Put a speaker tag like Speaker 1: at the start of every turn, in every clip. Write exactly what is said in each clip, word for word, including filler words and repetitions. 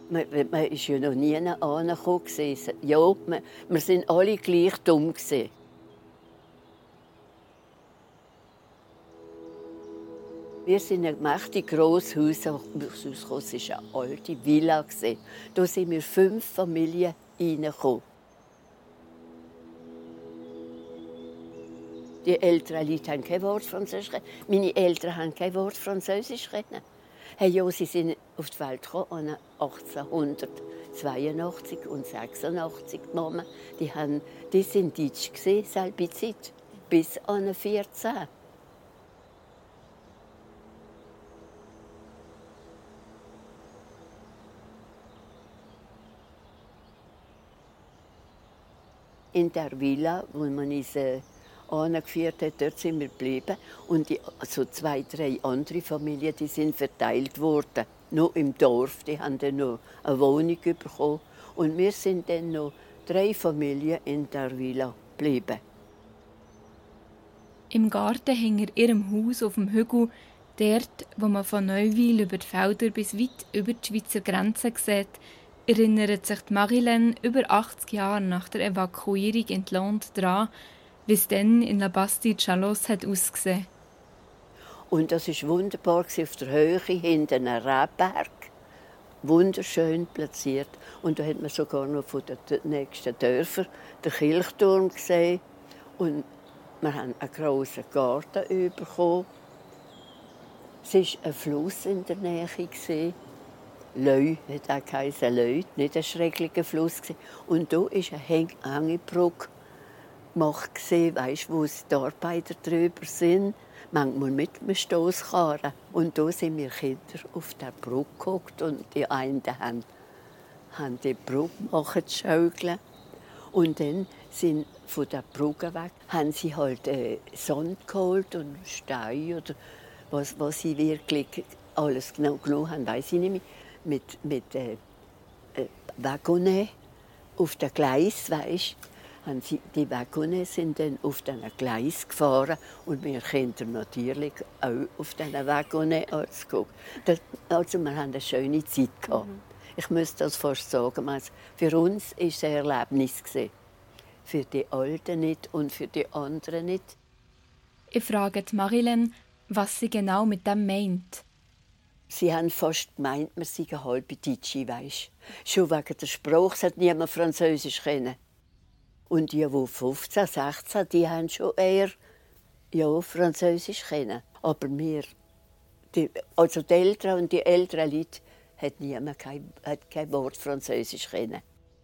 Speaker 1: man, man ist ja noch nie angekommen. Ja, wir, wir sind alle gleich dumm gewesen. Wir sind in ein mächtig grosses Haus rausgekommen. Es war eine alte Villa. Da sind wir fünf Familien reingekommen. Die älteren Leute haben kein Wort Französisch. Meine Eltern haben kein Wort Französisch. Hey, ja, sie sind auf die Welt gekommen achtzehnhundertzweiundachtzig und sechsundachtzig. Die Mama, die, haben, die sind deutsch gewesen, selbe Zeit, bis an vierzehn. In der Villa, wo man uns äh, angeführt hat, dort sind wir geblieben. Und die, also zwei, drei andere Familien, die sind verteilt worden. Noch im Dorf, die haben dann noch eine Wohnung bekommen. Und wir sind dann noch drei Familien in der Villa geblieben.
Speaker 2: Im Garten hinter ihrem Haus auf dem Hügel, dort, wo man von Neuwil über die Felder bis weit über die Schweizer Grenze sieht, erinnert sich Marilène über achtzig Jahre nach der Evakuierung in die Lande daran, wie es dann in La Bastide-Chalosse hat ausgesehen.
Speaker 1: Und das war wunderbar auf der Höhe hinter einem Rebberg. Wunderschön platziert. Und da hat man sogar noch von den nächsten Dörfern den Kirchturm gesehen. Und wir haben einen grossen Garten bekommen. Es war ein Fluss in der Nähe. Leu hat auch geheißen, Leu, nicht ein schrecklicher Fluss. Und hier war eine Hängebrücke gemacht, weißt, wo die Arbeiter drüber sind, manchmal mit einem Stosskarren. Und da sind wir Kinder auf der Brücke gehockt und die einen haben, haben die Brücke machen, die Schaukeln. Und dann sind von der Brücke weg, haben sie halt äh, Sand geholt und Steine oder was, was sie wirklich alles genau genommen haben, weiss ich nicht mehr. Mit, mit äh, äh, Wagonen auf dem Gleis, weißt, haben sie, die Wagonen sind dann auf diesen Gleis gefahren und wir Kinder natürlich auch auf diesen Wagonen angeguckt. Also wir hatten eine schöne Zeit gehabt. Mhm. Ich müsste das fast sagen. Also für uns war es ein Erlebnis. Für die Alten nicht und für die anderen nicht.
Speaker 2: Ich frage Marilène, was sie genau mit dem meint.
Speaker 1: Sie haben fast gemeint, wir seien halbe Deutsche, weisst. Schon wegen der Sprache hat niemand Französisch kennen. Und die, die fünfzehn, sechzehn, die haben schon eher ja, Französisch kennen. Aber wir, die, also die Eltern und die älteren Leute, hat niemand kein, hat kein Wort Französisch kennen.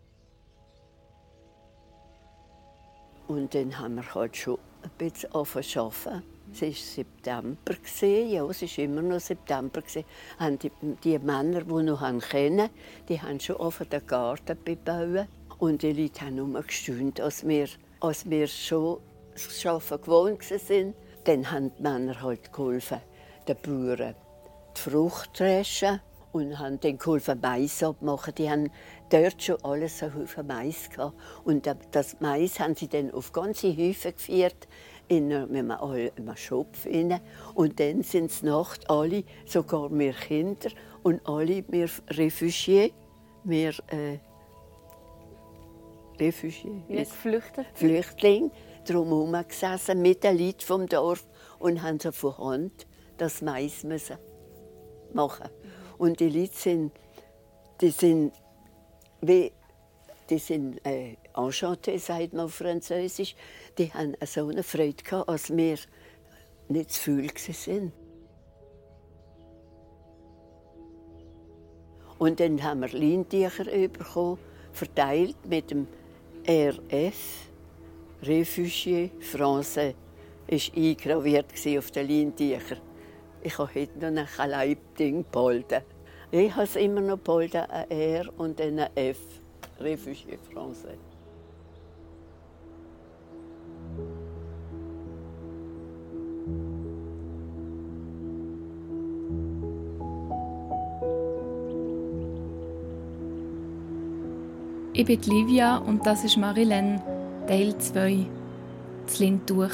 Speaker 1: Und dann haben wir halt schon ein bisschen angefangen zu arbeiten. Es war September, ja, es war immer noch September. Die, die Männer, die noch kennen, die haben schon angefangen, den Garten zu bauen. Und die Leute haben nur gestaunt, als wir, als wir schon das Arbeiten gewohnt waren. Dann haben die Männer halt geholfen, den Bauern die Frucht dreschen und haben dann geholfen, Mais abmachen. Die haben dort schon alles so Haufen Mais gehabt. Und das Mais haben sie dann auf ganze Häufen geführt. In einem Schopf rein. Und dann sind es Nacht alle, sogar wir Kinder und alle wir Refugiés, wir äh, Refugiés,
Speaker 3: yes, Flüchtlinge,
Speaker 1: Flüchtlinge drumherum gesessen mit den Leuten vom Dorf und haben so von Hand das Mais müssen machen. Und die Leute sind, die sind wie Die sind äh, enchanté, sagt man auf Französisch. Die haben so eine Freude gehabt, als wir nicht zu viel waren. Und dann haben wir Leintücher bekommen, verteilt mit dem R F, Réfugié Français. Das war eingraviert auf den Leintüchern. Ich habe heute noch ein Leibding behalten. Ich habe es immer noch behalten, ein R und dann ein F. Réfugiés français.
Speaker 2: Ich bin Livia und das ist Marilène, Teil zwei. Das Lindtuch.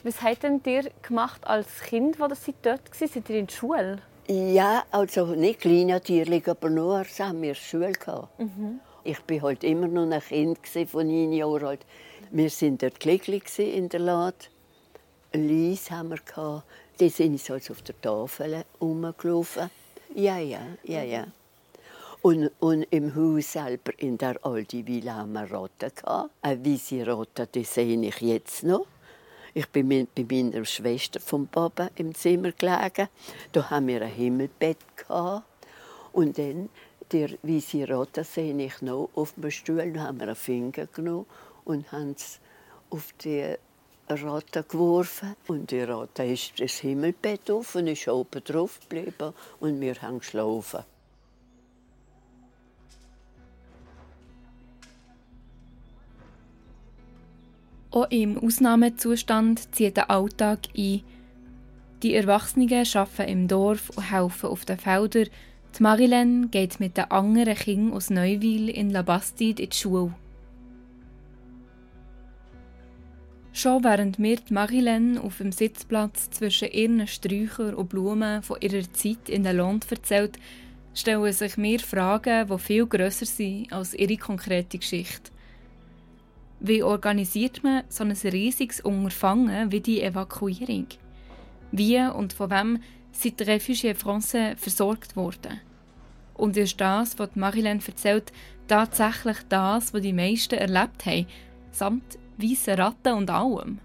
Speaker 3: Was habt denn ihr gemacht als Kind, als ihr dort war? Seid ihr in der Schule?
Speaker 1: Ja, also nicht klein natürlich, aber nur haben wir Schule gehabt. Mhm. Ich war halt immer noch ein Kind von neun Jahren alt. Wir waren dort glücklich in der Lade. Lies haben wir gehabt. Die sind so auf der Tafel herumgelaufen. Ja, ja, ja, ja. Und, und im Haus selber, in der alten Villa, haben wir Ratten gehabt. Eine weisse Ratte, die sehe ich jetzt noch. Ich bin mit, bei meiner Schwester vom Papa im Zimmer gelegen. Da haben wir ein Himmelbett gehabt. Und dann, die weisse Ratte sehe ich noch auf dem Stuhl. Da haben wir einen Finger genommen und haben es auf die Ratte geworfen. Und die Ratte ist das Himmelbett auf und ist oben drauf geblieben. Und wir haben geschlafen.
Speaker 2: Auch im Ausnahmezustand zieht der Alltag ein. Die Erwachsenen arbeiten im Dorf und helfen auf den Feldern. Die Marilène geht mit den anderen Kindern aus Neuwil in La Bastide in die Schule. Schon während mir die Marilène auf dem Sitzplatz zwischen ihren Sträuchern und Blumen von ihrer Zeit in der Lande erzählt, stellen sich mir Fragen, die viel grösser sind als ihre konkrete Geschichte. Wie organisiert man so ein riesiges Unterfangen wie die Evakuierung? Wie und von wem sind die Réfugiés Français versorgt worden? Und ist das, was Marilène erzählt, tatsächlich das, was die meisten erlebt haben, samt weissen Ratten und allem?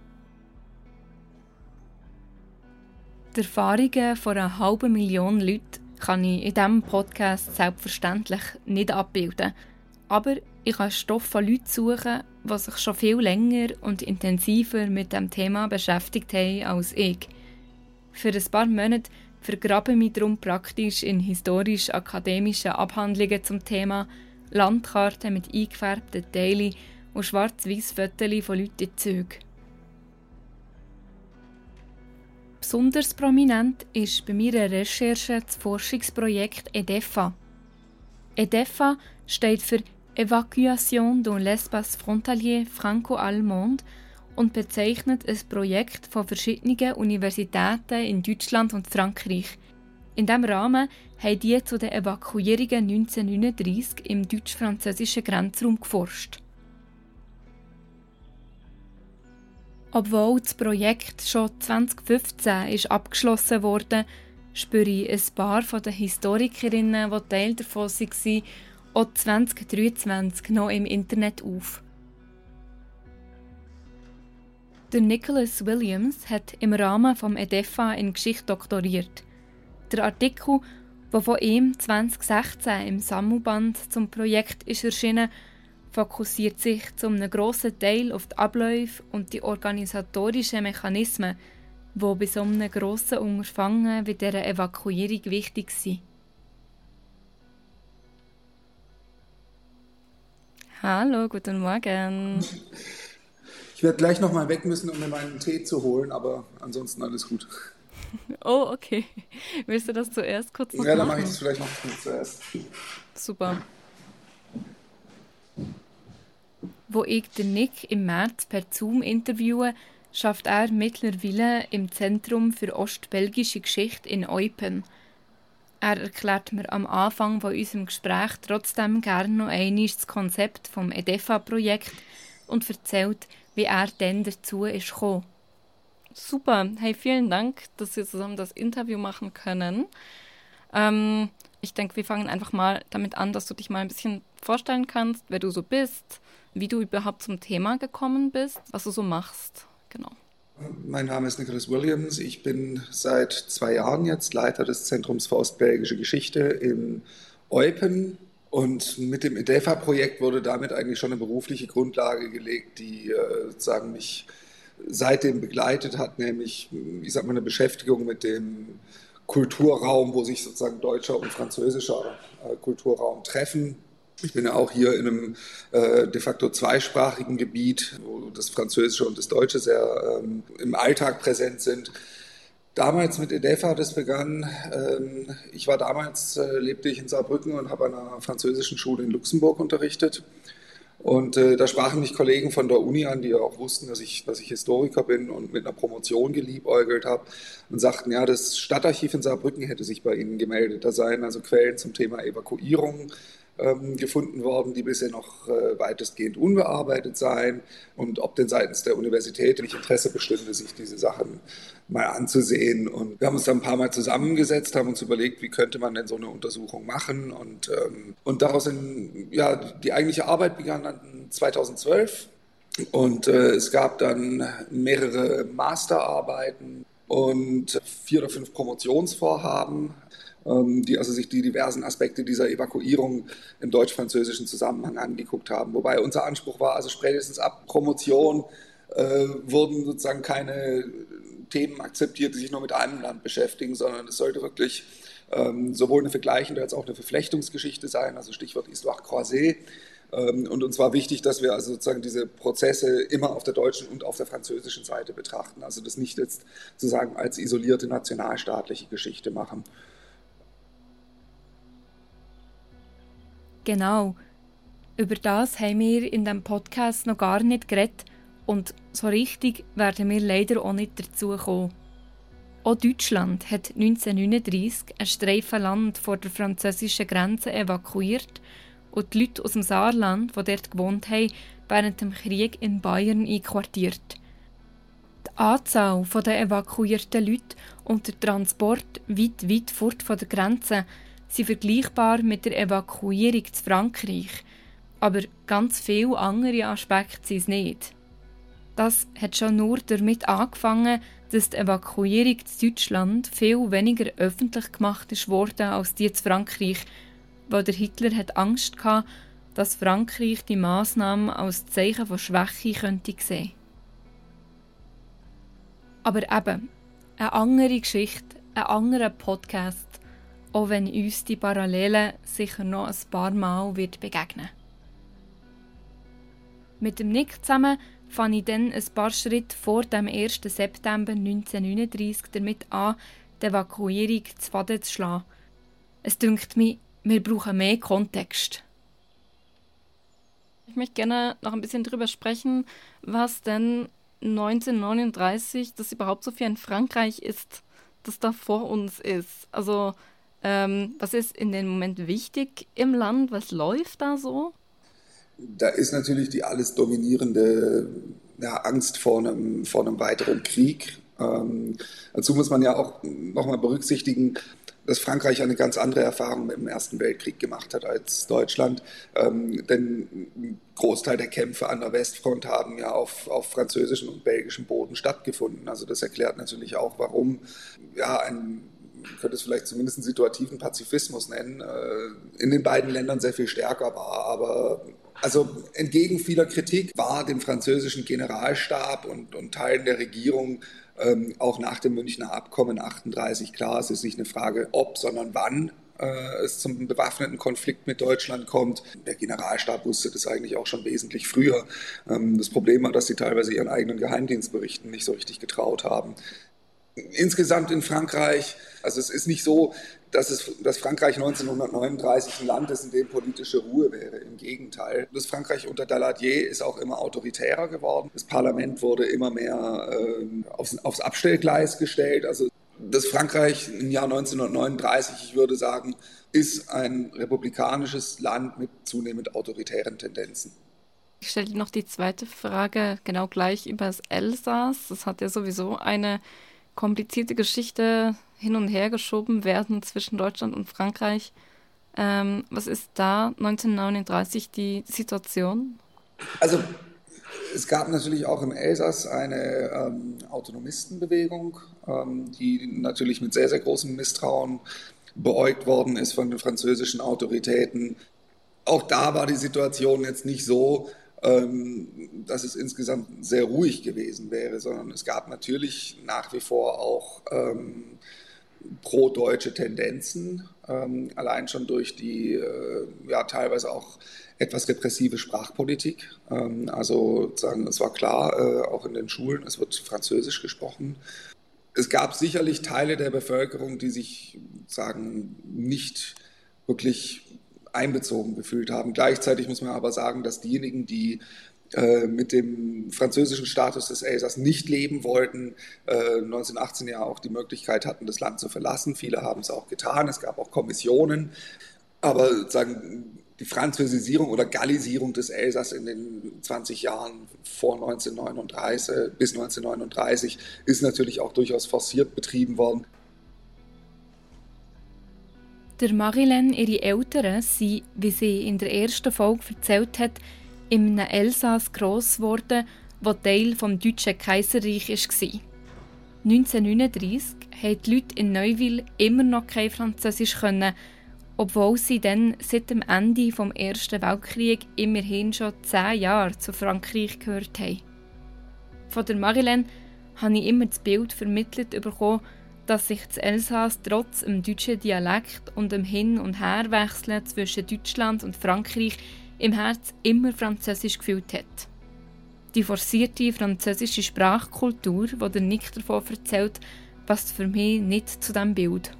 Speaker 2: Die Erfahrungen von einer halben Million Leuten kann ich in diesem Podcast selbstverständlich nicht abbilden. Aber ich kann Stoff von Leuten suchen, die sich schon viel länger und intensiver mit dem Thema beschäftigt haben als ich. Für ein paar Monate vergrabe ich mich darum praktisch in historisch-akademischen Abhandlungen zum Thema, Landkarten mit eingefärbten Teilen und schwarz-weiss Fotos von Leuten in Zügen. Besonders prominent ist bei meiner Recherche das Forschungsprojekt EDEFA. EDEFA steht für Évacuation dans l'espace frontalier franco-allemand und bezeichnet ein Projekt von verschiedenen Universitäten in Deutschland und Frankreich. In diesem Rahmen haben die zu den Evakuierungen neunzehnhundertneununddreissig im deutsch-französischen Grenzraum geforscht. Obwohl das Projekt schon zwanzig fünfzehn ist abgeschlossen wurde, spüre ich ein paar von den Historikerinnen, die Teil davon waren, auch zwanzig dreiundzwanzig noch im Internet auf. Der Nicholas Williams hat im Rahmen des EDEFA in Geschichte doktoriert. Der Artikel, der von ihm zwanzig sechzehn im Sammelband zum Projekt ist erschienen, fokussiert sich zu einem grossen Teil auf die Abläufe und die organisatorischen Mechanismen, die bei so einem grossen Unterfangen wie dieser Evakuierung wichtig sind. Hallo, guten Morgen.
Speaker 4: Ich werde gleich noch mal weg müssen, um mir meinen Tee zu holen, aber ansonsten alles gut.
Speaker 2: Oh, okay. Willst du das zuerst kurz noch
Speaker 4: Ja, dann
Speaker 2: machen?
Speaker 4: mache ich das vielleicht noch zuerst.
Speaker 2: Super. Wo ich den Nick im März per Zoom interviewe, schafft er mittlerweile im Zentrum für ostbelgische Geschichte in Eupen. Er erklärt mir am Anfang von unserem Gespräch trotzdem gerne noch einmal das Konzept vom EDEFA-Projekt und erzählt, wie er dann dazu ist gekommen. Super, hey, vielen Dank, dass wir zusammen das Interview machen können. Ähm, ich denke, wir fangen einfach mal damit an, dass du dich mal ein bisschen vorstellen kannst, wer du so bist, wie du überhaupt zum Thema gekommen bist, was du so machst. Genau.
Speaker 4: Mein Name ist Nicholas Williams. Ich bin seit zwei Jahren jetzt Leiter des Zentrums für ostbelgische Geschichte in Eupen. Und mit dem EDEFA-Projekt wurde damit eigentlich schon eine berufliche Grundlage gelegt, die äh, sozusagen mich seitdem begleitet hat, nämlich, ich sag mal, eine Beschäftigung mit dem Kulturraum, wo sich sozusagen deutscher und französischer äh, Kulturraum treffen. Ich bin ja auch hier in einem äh, de facto zweisprachigen Gebiet, wo das Französische und das Deutsche sehr ähm, im Alltag präsent sind. Damals mit EDEFA, das begann, ähm, ich war damals, äh, lebte ich in Saarbrücken und habe an einer französischen Schule in Luxemburg unterrichtet. Und äh, da sprachen mich Kollegen von der Uni an, die ja auch wussten, dass ich, dass ich Historiker bin und mit einer Promotion geliebäugelt habe und sagten, ja, das Stadtarchiv in Saarbrücken hätte sich bei Ihnen gemeldet. Da seien also Quellen zum Thema Evakuierung ähm, gefunden worden, die bisher noch äh, weitestgehend unbearbeitet seien und ob denn seitens der Universität nicht Interesse bestünde, sich diese Sachen mal anzusehen. Und wir haben uns dann ein paar Mal zusammengesetzt, haben uns überlegt, wie könnte man denn so eine Untersuchung machen. Und, ähm, und daraus in, ja, die eigentliche Arbeit begann dann zweitausendzwölf. Und äh, es gab dann mehrere Masterarbeiten und vier oder fünf Promotionsvorhaben, ähm, die also sich die diversen Aspekte dieser Evakuierung im deutsch-französischen Zusammenhang angeguckt haben. Wobei unser Anspruch war, also spätestens ab Promotion äh, wurden sozusagen keine Themen akzeptiert, die sich nur mit einem Land beschäftigen, sondern es sollte wirklich ähm, sowohl eine vergleichende als auch eine Verflechtungsgeschichte sein, also Stichwort Histoire croisée. Ähm, und uns war wichtig, dass wir also sozusagen diese Prozesse immer auf der deutschen und auf der französischen Seite betrachten, also das nicht jetzt sozusagen als isolierte nationalstaatliche Geschichte machen.
Speaker 2: Genau, über das haben wir in diesem Podcast noch gar nicht geredet. Und so richtig werden wir leider auch nicht dazu kommen. Auch Deutschland hat neunzehnhundertneununddreißig einen Streifen Land vor der französischen Grenze evakuiert und die Leute aus dem Saarland, die dort gewohnt haben, während dem Krieg in Bayern einquartiert. Die Anzahl der evakuierten Leute und der Transport weit, weit fort von der Grenze sind vergleichbar mit der Evakuierung zu Frankreich. Aber ganz viele andere Aspekte sind es nicht. Das hat schon nur damit angefangen, dass die Evakuierung zu Deutschland viel weniger öffentlich gemacht ist worden als die zu Frankreich, weil der Hitler hat Angst hatte, dass Frankreich die Massnahmen als Zeichen von Schwäche könnte sehen. Aber eben, eine andere Geschichte, ein anderer Podcast, auch wenn uns die Parallelen sicher noch ein paar Mal wird begegnen. Mit dem Nick zusammen fange ich dann ein paar Schritte vor dem ersten September neunzehnhundertneununddreißig damit an, die Evakuierung zu Faden zu schlagen. Es dünkt mich, wir brauchen mehr Kontext.
Speaker 3: Ich möchte gerne noch ein bisschen darüber sprechen, was denn neunzehnhundertneununddreißig das überhaupt so für ein Frankreich ist, das da vor uns ist. Also, ähm, was ist in dem Moment wichtig im Land? Was läuft da so?
Speaker 4: Da ist natürlich die alles dominierende ja, Angst vor einem, vor einem weiteren Krieg. Ähm, dazu muss man ja auch nochmal berücksichtigen, dass Frankreich eine ganz andere Erfahrung mit dem Ersten Weltkrieg gemacht hat als Deutschland. Ähm, denn ein Großteil der Kämpfe an der Westfront haben ja auf, auf französischem und belgischem Boden stattgefunden. Also das erklärt natürlich auch, warum ja, ein man könnte es vielleicht zumindest einen situativen Pazifismus nennen, in den beiden Ländern sehr viel stärker war. Aber also entgegen vieler Kritik war dem französischen Generalstab und, und Teilen der Regierung ähm, auch nach dem Münchner Abkommen achtunddreißig klar, es ist nicht eine Frage ob, sondern wann äh, es zum bewaffneten Konflikt mit Deutschland kommt. Der Generalstab wusste das eigentlich auch schon wesentlich früher. Ähm, das Problem war, dass sie teilweise ihren eigenen Geheimdienstberichten nicht so richtig getraut haben. Insgesamt in Frankreich, also es ist nicht so, dass, es, dass Frankreich neunzehnhundertneununddreißig ein Land ist, in dem politische Ruhe wäre. Im Gegenteil. Das Frankreich unter Daladier ist auch immer autoritärer geworden. Das Parlament wurde immer mehr äh, aufs, aufs Abstellgleis gestellt. Also das Frankreich im Jahr neunzehnhundertneununddreißig, ich würde sagen, ist ein republikanisches Land mit zunehmend autoritären Tendenzen.
Speaker 3: Ich stelle dir noch die zweite Frage genau gleich über das Elsass. Das hat ja sowieso eine komplizierte Geschichte hin und her geschoben werden zwischen Deutschland und Frankreich. Ähm, was ist da neunzehnhundertneununddreißig die Situation?
Speaker 4: Also es gab natürlich auch im Elsass eine ähm, Autonomistenbewegung, ähm, die natürlich mit sehr, sehr großem Misstrauen beäugt worden ist von den französischen Autoritäten. Auch da war die Situation jetzt nicht so, dass es insgesamt sehr ruhig gewesen wäre, sondern es gab natürlich nach wie vor auch ähm, pro-deutsche Tendenzen, ähm, allein schon durch die äh, ja, teilweise auch etwas repressive Sprachpolitik. Ähm, also sagen, es war klar, äh, auch in den Schulen, es wird Französisch gesprochen. Es gab sicherlich Teile der Bevölkerung, die sich sagen, nicht wirklich einbezogen gefühlt haben. Gleichzeitig muss man aber sagen, dass diejenigen, die äh, mit dem französischen Status des Elsass nicht leben wollten, äh, neunzehnhundertachtzehn ja auch die Möglichkeit hatten, das Land zu verlassen. Viele haben es auch getan. Es gab auch Kommissionen. Aber sozusagen die Französisierung oder Gallisierung des Elsass in den zwanzig Jahren vor neunzehnhundertneununddreißig bis neunzehnhundertneununddreißig ist natürlich auch durchaus forciert betrieben worden.
Speaker 2: Der Marilène, ihre Eltern, sind, wie sie in der ersten Folge erzählt hat, in einem Elsass gross geworden, das Teil des Deutschen Kaiserreichs war. neunzehnhundertneununddreißig konnten die Leute in Neuville immer noch kein Französisch können, obwohl sie dann seit dem Ende des Ersten Weltkriegs immerhin schon zehn Jahre zu Frankreich gehört haben. Von der Marilène habe ich immer das Bild vermittelt bekommen, dass sich das Elsass trotz dem deutschen Dialekt und dem Hin- und Herwechseln zwischen Deutschland und Frankreich im Herz immer französisch gefühlt hat. Die forcierte französische Sprachkultur, die der Nick davon erzählt, passt für mich nicht zu diesem Bild.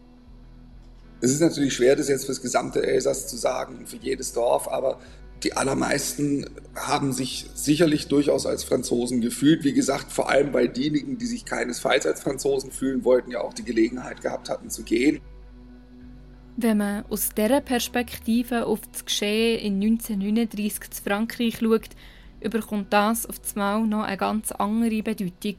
Speaker 4: Es ist natürlich schwer, das jetzt für das gesamte Elsass zu sagen, für jedes Dorf, aber die allermeisten haben sich sicherlich durchaus als Franzosen gefühlt. Wie gesagt, vor allem weil diejenigen, die sich keinesfalls als Franzosen fühlen wollten, ja auch die Gelegenheit gehabt hatten zu gehen.
Speaker 2: Wenn man aus dieser Perspektive auf das Geschehen in neunzehnhundertneununddreißig zu Frankreich schaut, überkommt das auf einmal noch eine ganz andere Bedeutung.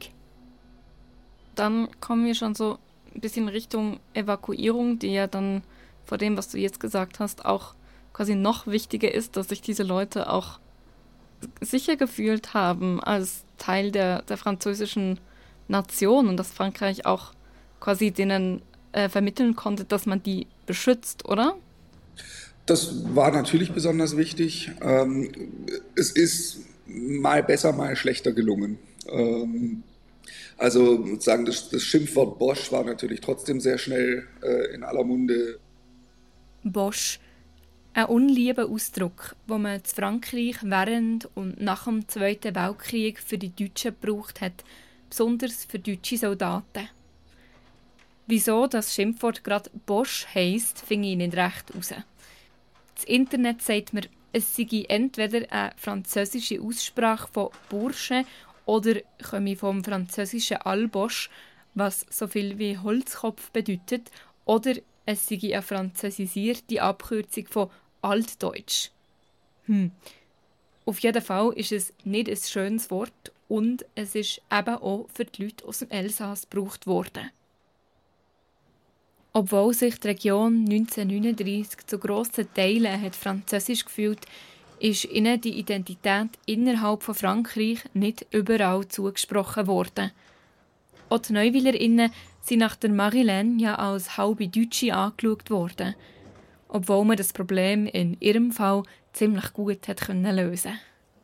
Speaker 3: Dann kommen wir schon so ein bisschen Richtung Evakuierung, die ja dann vor dem, was du jetzt gesagt hast, auch quasi noch wichtiger ist, dass sich diese Leute auch sicher gefühlt haben als Teil der, der französischen Nation und dass Frankreich auch quasi denen äh, vermitteln konnte, dass man die beschützt, oder?
Speaker 4: Das war natürlich besonders wichtig. Ähm, es ist mal besser, mal schlechter gelungen. Ähm, also sozusagen das, das Schimpfwort Bosch war natürlich trotzdem sehr schnell äh, in aller Munde.
Speaker 2: Bosch, ein unlieber Ausdruck, den man in Frankreich während und nach dem Zweiten Weltkrieg für die Deutschen gebraucht hat, besonders für deutsche Soldaten. Wieso das Schimpfwort gerade Bosch heisst, finde ich nicht recht raus. Das Internet sagt mir, es sei entweder eine französische Aussprache von Bursche oder komme vom französischen Albosch, was so viel wie Holzkopf bedeutet, oder es sei eine französisierte Abkürzung von Altdeutsch. Hm. Auf jeden Fall ist es nicht ein schönes Wort und es ist eben auch für die Leute aus dem Elsass gebraucht worden. Obwohl sich die Region neunzehnhundertneununddreißig zu grossen Teilen hat Französisch gefühlt, ist ihnen die Identität innerhalb von Frankreich nicht überall zugesprochen worden. Auch die Neuwillerinnen sind nach der Marilène ja als halbe Deutsche angeschaut worden, obwohl man das Problem in ihrem Fall ziemlich gut hat können lösen.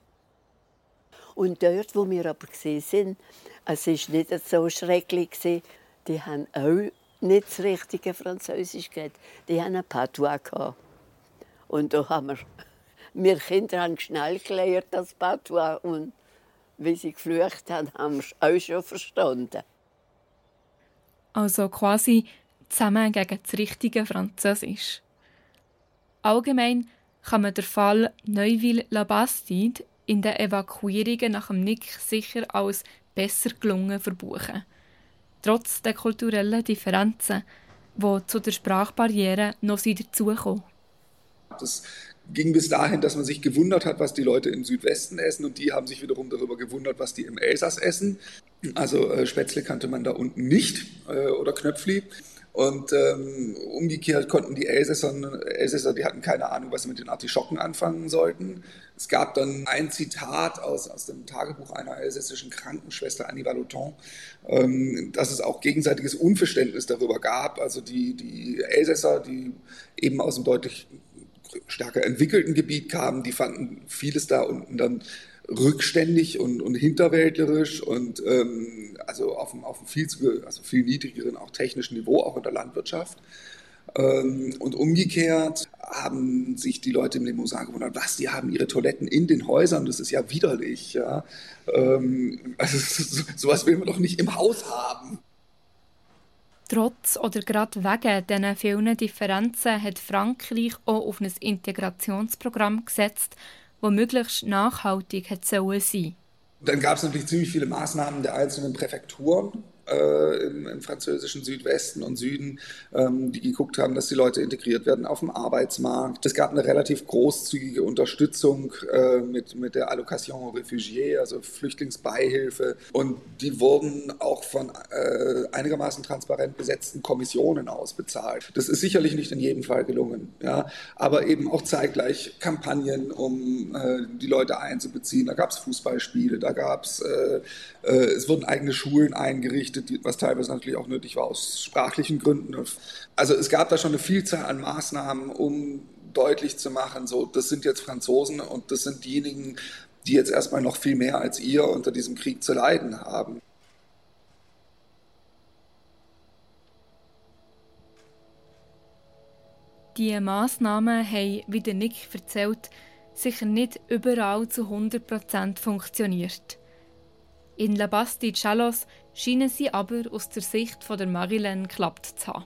Speaker 1: Und dort, wo wir aber waren, es war nicht so schrecklich, die haben auch nicht das richtige Französisch gehabt. Die haben ein Patois gehabt. Und da haben wir, wir Kinder haben schnell gelernt, das Patois. Und wie sie geflucht haben, haben wir es auch schon verstanden.
Speaker 2: Also quasi zusammen gegen das richtige Französisch. Allgemein kann man den Fall Neuville-la Bastide in den Evakuierungen nach dem Nick sicher als besser gelungen verbuchen. Trotz der kulturellen Differenzen, die zu der Sprachbarriere noch dazukommen.
Speaker 4: Das ging bis dahin, dass man sich gewundert hat, was die Leute im Südwesten essen, und die haben sich wiederum darüber gewundert, was die im Elsass essen. Also äh, Spätzle kannte man da unten nicht äh, oder Knöpfli. Und ähm, umgekehrt konnten die Elsässer, Elsässer, die hatten keine Ahnung, was sie mit den Artischocken anfangen sollten. Es gab dann ein Zitat aus, aus dem Tagebuch einer elsässischen Krankenschwester, Annie Valentin, ähm, dass es auch gegenseitiges Unverständnis darüber gab. Also die, die Elsässer, die eben aus einem deutlich stärker entwickelten Gebiet kamen, die fanden vieles da unten dann rückständig und, und hinterwäldlerisch und ähm, also auf einem, auf einem viel, zu, also viel niedrigeren, auch technischen Niveau, auch in der Landwirtschaft. Ähm, und umgekehrt haben sich die Leute im Limousin gewundert, was, die haben ihre Toiletten in den Häusern, das ist ja widerlich. Ja? Ähm, also so, sowas will man doch nicht im Haus haben.
Speaker 2: Trotz oder gerade wegen diesen vielen Differenzen hat Frankreich auch auf ein Integrationsprogramm gesetzt, das möglichst nachhaltig sein sollte.
Speaker 4: Dann gab es natürlich ziemlich viele Maßnahmen der einzelnen Präfekturen äh, im, im französischen Südwesten und Süden, ähm, die geguckt haben, dass die Leute integriert werden auf dem Arbeitsmarkt. Es gab eine relativ großzügige Unterstützung äh, mit, mit der Allocation Réfugiés, also Flüchtlingsbeihilfe. Und die wurden auch von äh, einigermaßen transparent besetzten Kommissionen ausbezahlt. Das ist sicherlich nicht in jedem Fall gelungen, ja, aber eben auch zeitgleich Kampagnen, um äh, die Leute einzubeziehen. Da gab es Fußballspiele, da gab es, äh, äh, es wurden eigene Schulen eingerichtet, was teilweise natürlich auch nötig war aus sprachlichen Gründen. Also es gab da schon eine Vielzahl an Maßnahmen, um deutlich zu machen, so, das sind jetzt Franzosen und das sind diejenigen, die jetzt erstmal noch viel mehr als ihr unter diesem Krieg zu leiden haben.
Speaker 2: Die Massnahmen haben, wie der Nick erzählt, sicher nicht überall zu hundert Prozent funktioniert. In La Bastide-Chalos scheinen sie aber aus der Sicht von der Marie-Laine geklappt zu haben.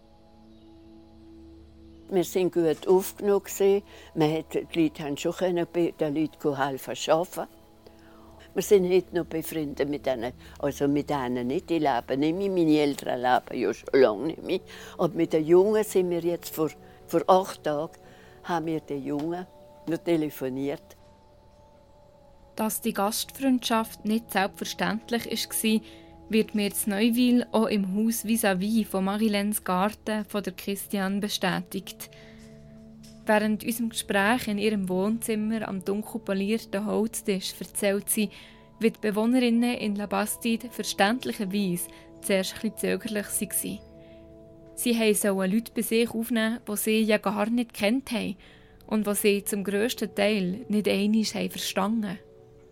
Speaker 1: Wir waren gut aufgenommen. Die Leute haben schon den Leuten helfen arbeiten. Wir sind heute noch befreundet mit denen, also mit denen nicht. Die leben nicht mehr, meine Eltern leben ja schon lange nicht mehr. Und mit den Jungen sind wir jetzt vor, vor acht Tagen, haben wir den Jungen noch telefoniert.
Speaker 2: Dass die Gastfreundschaft nicht selbstverständlich war, wird mir in Neuwil auch im Haus vis-à-vis von Marie-Laines Garten von der Christiane bestätigt. Während unserem Gespräch in ihrem Wohnzimmer am dunkel polierten Holztisch erzählt sie, wie die Bewohnerinnen in La Bastide verständlicherweise zuerst etwas zögerlich waren. Sie sollen Leute bei sich aufnehmen, die sie ja gar nicht kennt haben und die sie zum grössten Teil nicht einmal verstanden haben.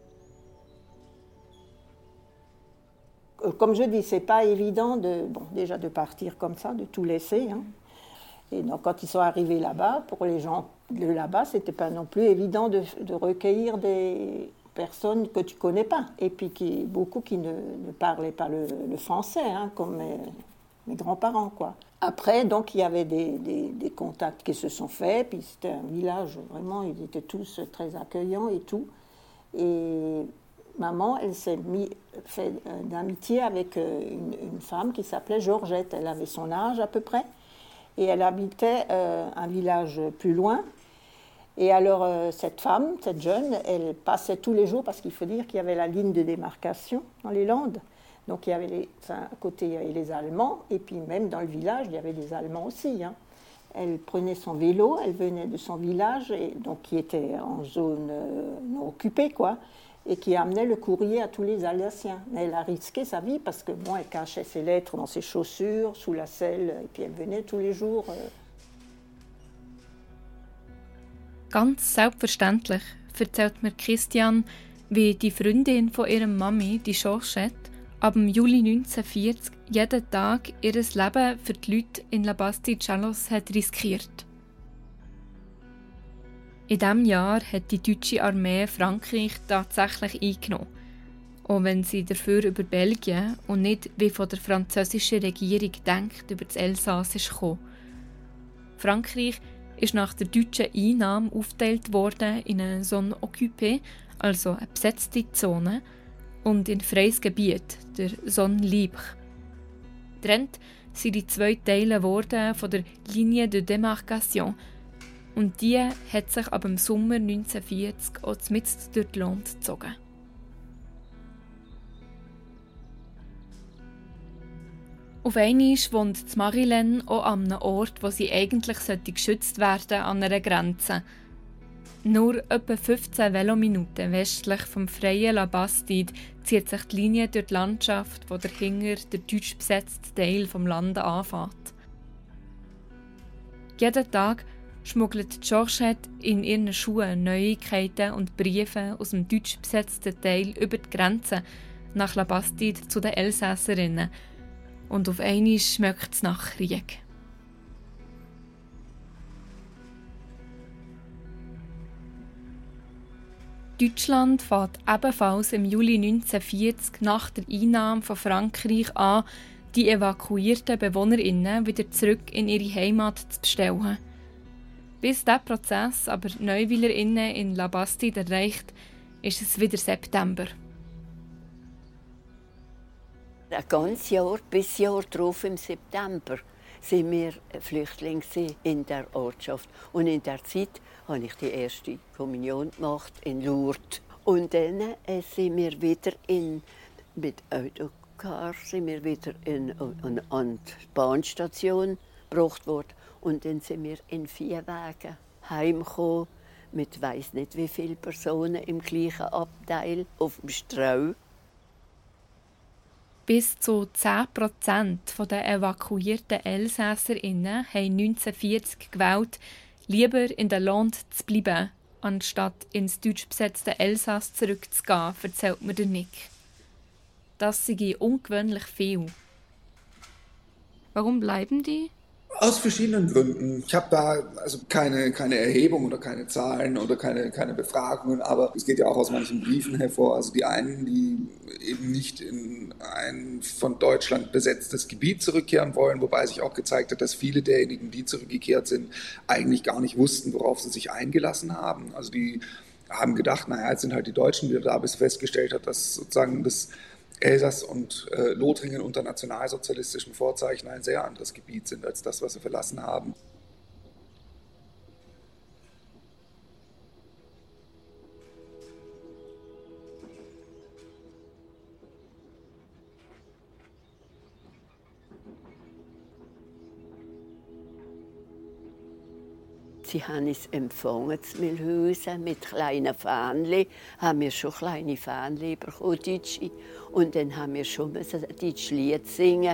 Speaker 5: Comme je dis, c'est pas évident de, bon, déjà de partir comme ça, de tout laisser. Hein. Et donc, quand ils sont arrivés là-bas, pour les gens de là-bas, c'était pas non plus évident de, de recueillir des personnes que tu connais pas. Et puis qui, beaucoup qui ne, ne parlaient pas le, le français, hein, comme mes, mes grands-parents, quoi. Après, donc, il y avait des, des, des contacts qui se sont faits. Puis c'était un village, vraiment, ils étaient tous très accueillants et tout. Et maman, elle s'est mis, fait d'amitié avec une, une femme qui s'appelait Georgette. Elle avait son âge à peu près. Et elle habitait euh, un village plus loin. Et alors, euh, cette femme, cette jeune, elle passait tous les jours, parce qu'il faut dire qu'il y avait la ligne de démarcation dans les Landes. Donc, il y avait les, enfin, à côté, il y avait les Allemands, et puis même dans le village, il y avait des Allemands aussi. Hein. Elle prenait son vélo, elle venait de son village, et, donc, qui était en zone euh, non occupée, quoi, et qui amenait le courrier à tous les Alsaciens. Mais elle a risqué sa vie parce que bon, elle cachait ses lettres dans ses chaussures, sous la selle, et puis elle venait tous les jours. Euh...
Speaker 2: Ganz selbstverständlich erzählt mir Christiane, wie die Freundin von ihrer Mami, die Georgette, ab dem Juli neunzehnhundertvierzig jeden Tag ihr Leben für die Leute in La Bastide-Chalos hat riskiert. In diesem Jahr hat die deutsche Armee Frankreich tatsächlich eingenommen, auch wenn sie dafür über Belgien und nicht wie von der französischen Regierung denkt über das Elsass ist gekommen. Frankreich ist nach der deutschen Einnahme aufgeteilt worden in eine Zone occupée, also eine besetzte Zone, und in freies Gebiet, der Zone libre. Getrennt sind die zwei Teile worden von der Ligne de Démarcation, und die hat sich ab dem Sommer neunzehnhundertvierzig auch mitten durch die Lande gezogen. Auf einmal wohnt Marie-Laine auch an einem Ort, wo sie eigentlich geschützt werden sollte, an einer Grenze. Nur etwa fünfzehn Velominuten westlich vom freien La Bastide zieht sich die Linie durch die Landschaft, die dahinter der deutsch besetzte Teil des Landes anfängt. Jeden Tag schmuggelt Georgette in ihren Schuhen Neuigkeiten und Briefe aus dem deutsch besetzten Teil über die Grenze nach La Bastide zu den Elsässerinnen. Und auf einmal schmeckt es nach Krieg. Deutschland fängt ebenfalls im Juli neunzehnhundertvierzig nach der Einnahme von Frankreich an, die evakuierten BewohnerInnen wieder zurück in ihre Heimat zu bestellen. Bis dieser Prozess aber die NeuweilerInnen in La Bastide erreicht, ist es wieder September.
Speaker 1: Ein ganzes Jahr, bis Jahr drauf im September, sind wir Flüchtlinge in der Ortschaft. Und in der Zeit habe ich die erste Kommunion gemacht in Lourdes. Und dann äh, sind wir wieder in, mit Autocar sind wir wieder in, an, an die Bahnstation gebracht worden. Und dann sind wir in vier Wagen heimgekommen mit weiss nicht wie viele Personen im gleichen Abteil auf dem Strau.
Speaker 2: Bis zu zehn Prozent der evakuierten ElsässerInnen haben neunzehnhundertvierzig gewählt, lieber in der Lande zu bleiben, anstatt ins deutsch besetzte Elsass zurückzugehen, erzählt mir der Nick. Das sei ungewöhnlich viel.
Speaker 3: Warum bleiben die?
Speaker 4: Aus verschiedenen Gründen. Ich habe da also keine, keine Erhebung oder keine Zahlen oder keine, keine Befragungen, aber es geht ja auch aus manchen Briefen hervor. Also die einen, die eben nicht in ein von Deutschland besetztes Gebiet zurückkehren wollen, wobei sich auch gezeigt hat, dass viele derjenigen, die zurückgekehrt sind, eigentlich gar nicht wussten, worauf sie sich eingelassen haben. Also die haben gedacht, naja, jetzt sind halt die Deutschen wieder da, bis festgestellt hat, dass sozusagen das Elsass und äh, Lothringen unter nationalsozialistischen Vorzeichen ein sehr anderes Gebiet sind als das, was sie verlassen haben.
Speaker 1: Sie haben uns empfangen zu Mühlhausen mit kleinen Fähnchen. Haben wir schon kleine Fähnchen bekommen, Deutsche. Und dann haben wir schon ein deutsches Lied singen.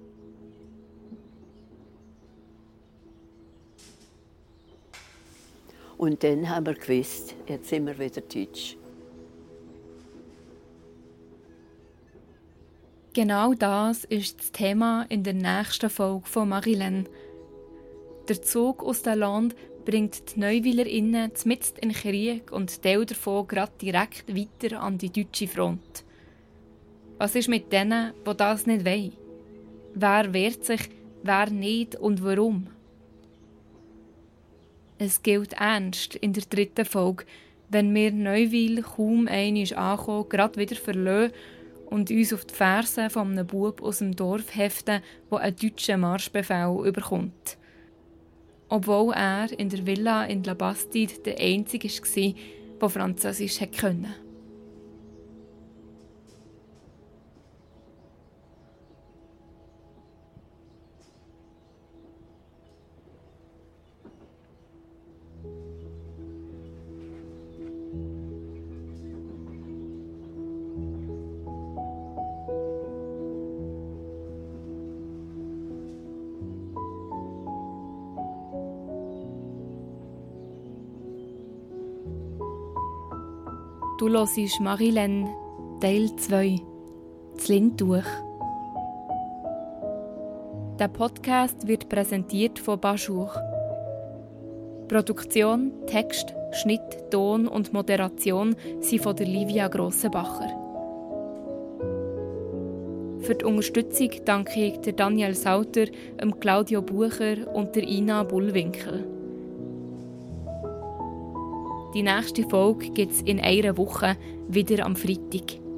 Speaker 1: Und dann haben wir gewusst, jetzt sind wir wieder Deutsch.
Speaker 2: Genau das ist das Thema in der nächsten Folge von Marilène. Der Zug aus dem Land bringt die NeuweilerInnen mitten in den Krieg und Teil davon gerade direkt weiter an die deutsche Front. Was ist mit denen, die das nicht wollen? Wer wehrt sich, wer nicht und warum? Es gilt ernst in der dritten Folge, wenn wir Neuwil kaum einmal ankommen, gerade wieder verlassen und uns auf die Fersen von einem Bub aus dem Dorf heften, der einen deutschen Marschbefehl überkommt. Obwohl er in der Villa in La Bastide der Einzige war, der Französisch konnte. Du hörst Marilène, Teil zwei, das Lindtuch. Der Podcast wird präsentiert von Bajour. Produktion, Text, Schnitt, Ton und Moderation sind von der Livia Grossenbacher. Für die Unterstützung danke ich der Daniel Sauter, dem Claudio Bucher und der Ina Bullwinkel. Die nächste Folge gibt es in einer Woche, wieder am Freitag.